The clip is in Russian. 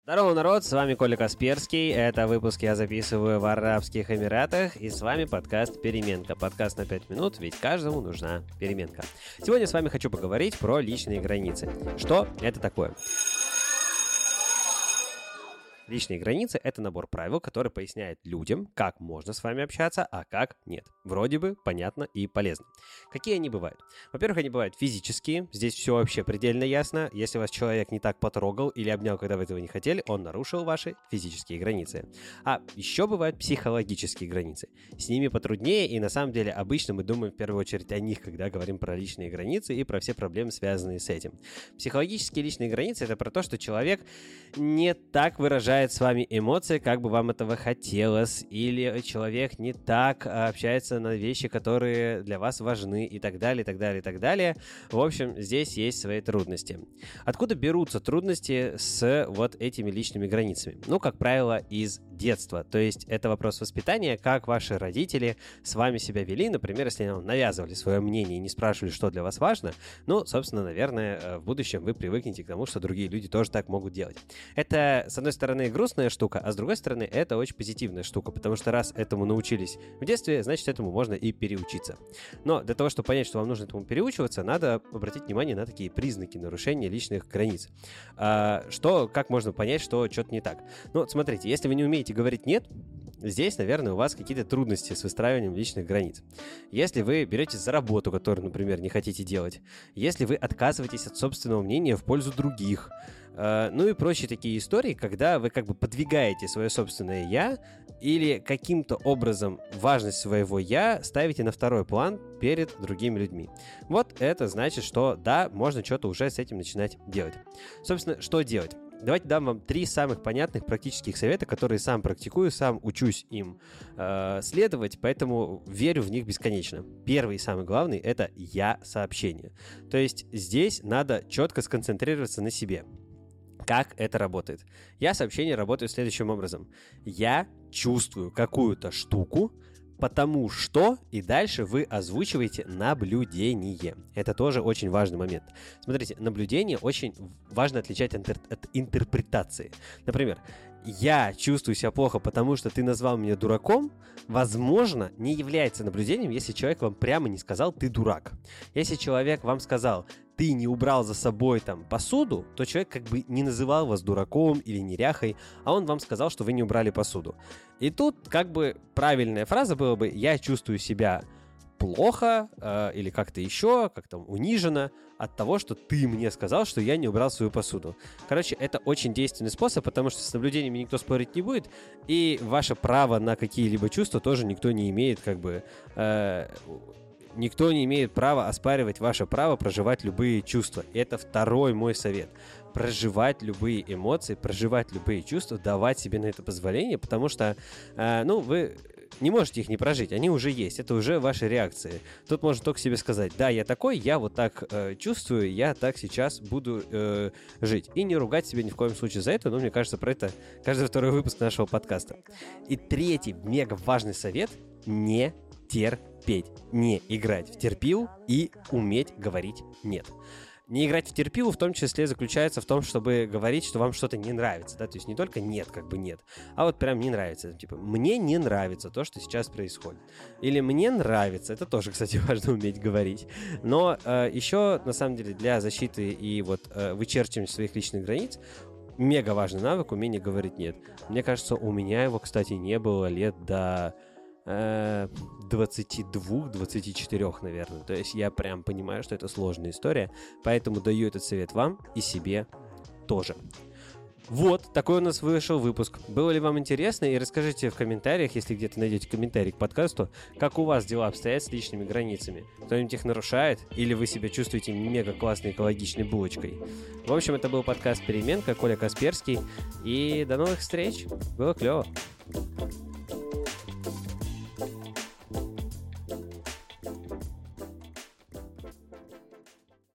Здорово, народ, с вами Коля Касперский, это выпуск я записываю в Арабских Эмиратах, и с вами подкаст «Переменка», подкаст на 5 минут, ведь каждому нужна переменка. Сегодня с вами хочу поговорить про личные границы. Что это такое? Личные границы — это набор правил, который поясняет людям, как можно с вами общаться, а как нет. Вроде бы понятно и полезно. Какие они бывают? Во-первых, они бывают физические. Здесь все вообще предельно ясно. Если вас человек не так потрогал или обнял, когда вы этого не хотели, он нарушил ваши физические границы. А еще бывают психологические границы. С ними потруднее, и на самом деле обычно мы думаем в первую очередь о них, когда говорим про личные границы и про все проблемы, связанные с этим. Психологические личные границы — это про то, что человек не так выражает с вами эмоции, как бы вам этого хотелось, или человек не так общается на вещи, которые для вас важны, и так далее, и так далее, и так далее. В общем, здесь есть свои трудности. Откуда берутся трудности с вот этими личными границами? Ну, как правило, из детства. То есть это вопрос воспитания, как ваши родители с вами себя вели. Например, если они вам навязывали свое мнение и не спрашивали, что для вас важно, ну, собственно, наверное, в будущем вы привыкнете к тому, что другие люди тоже так могут делать. Это, с одной стороны, грустная штука, а с другой стороны, это очень позитивная штука, потому что раз этому научились в детстве, значит, этому можно и переучиться. Но для того, чтобы понять, что вам нужно этому переучиваться, надо обратить внимание на такие признаки нарушения личных границ. Как можно понять, что что-то не так? Ну, смотрите, если вы не умеете говорить «нет», здесь, наверное, у вас какие-то трудности с выстраиванием личных границ. Если вы беретесь за работу, которую, например, не хотите делать, если вы отказываетесь от собственного мнения в пользу других, ну и прочие такие истории, когда вы как бы подвигаете свое собственное «я» или каким-то образом важность своего «я» ставите на второй план перед другими людьми. Вот это значит, что да, можно что-то уже с этим начинать делать. Собственно, что делать? Давайте дам вам 3 самых понятных практических совета, которые сам практикую, сам учусь им следовать, поэтому верю в них бесконечно. Первый и самый главный — это «я-сообщение». То есть здесь надо четко сконцентрироваться на себе. Как это работает? Я-сообщение работает следующим образом. Я чувствую какую-то штуку, потому что, и дальше вы озвучиваете наблюдение. Это тоже очень важный момент. Смотрите, наблюдение очень важно отличать от интерпретации. Например, я чувствую себя плохо, потому что ты назвал меня дураком, возможно, не является наблюдением, если человек вам прямо не сказал «ты дурак». Если человек вам сказал «ты не убрал за собой там посуду», то человек как бы не называл вас дураком или неряхой, а он вам сказал, что вы не убрали посуду. И тут как бы правильная фраза была бы «я чувствую себя плохо или как-то еще, как-то униженно от того, что ты мне сказал, что я не убрал свою посуду». Короче, это очень действенный способ, потому что с наблюдениями никто спорить не будет, и ваше право на какие-либо чувства тоже никто не имеет, никто не имеет права оспаривать ваше право проживать любые чувства. И это второй мой совет. Проживать любые эмоции, проживать любые чувства, давать себе на это позволение, потому что, вы не можете их не прожить, они уже есть, это уже ваши реакции. Тут можно только себе сказать: да, я такой, я вот так чувствую, я так сейчас буду жить. И не ругать себя ни в коем случае за это, но мне кажется, про это каждый второй выпуск нашего подкаста. И третий мега важный совет — не терпеть, не играть в терпилу и уметь говорить «нет». Не играть в терпилу в том числе заключается в том, чтобы говорить, что вам что-то не нравится, да, то есть не только нет, как бы нет, а вот прям не нравится, типа мне не нравится то, что сейчас происходит, или мне нравится, это тоже, кстати, важно уметь говорить, но еще, на самом деле, для защиты и вот вычерчивания своих личных границ мега важный навык — умение говорить «нет». Мне кажется, у меня его, кстати, не было лет до 22-24, наверное. То есть я прям понимаю, что это сложная история, поэтому даю этот совет вам и себе тоже. Вот, такой у нас вышел выпуск. Было ли вам интересно? И расскажите в комментариях, если где-то найдете комментарий к подкасту, как у вас дела обстоят с личными границами. Кто-нибудь их нарушает? Или вы себя чувствуете мега классной экологичной булочкой? В общем, это был подкаст «Переменка», Коля Касперский. И до новых встреч. Было клево.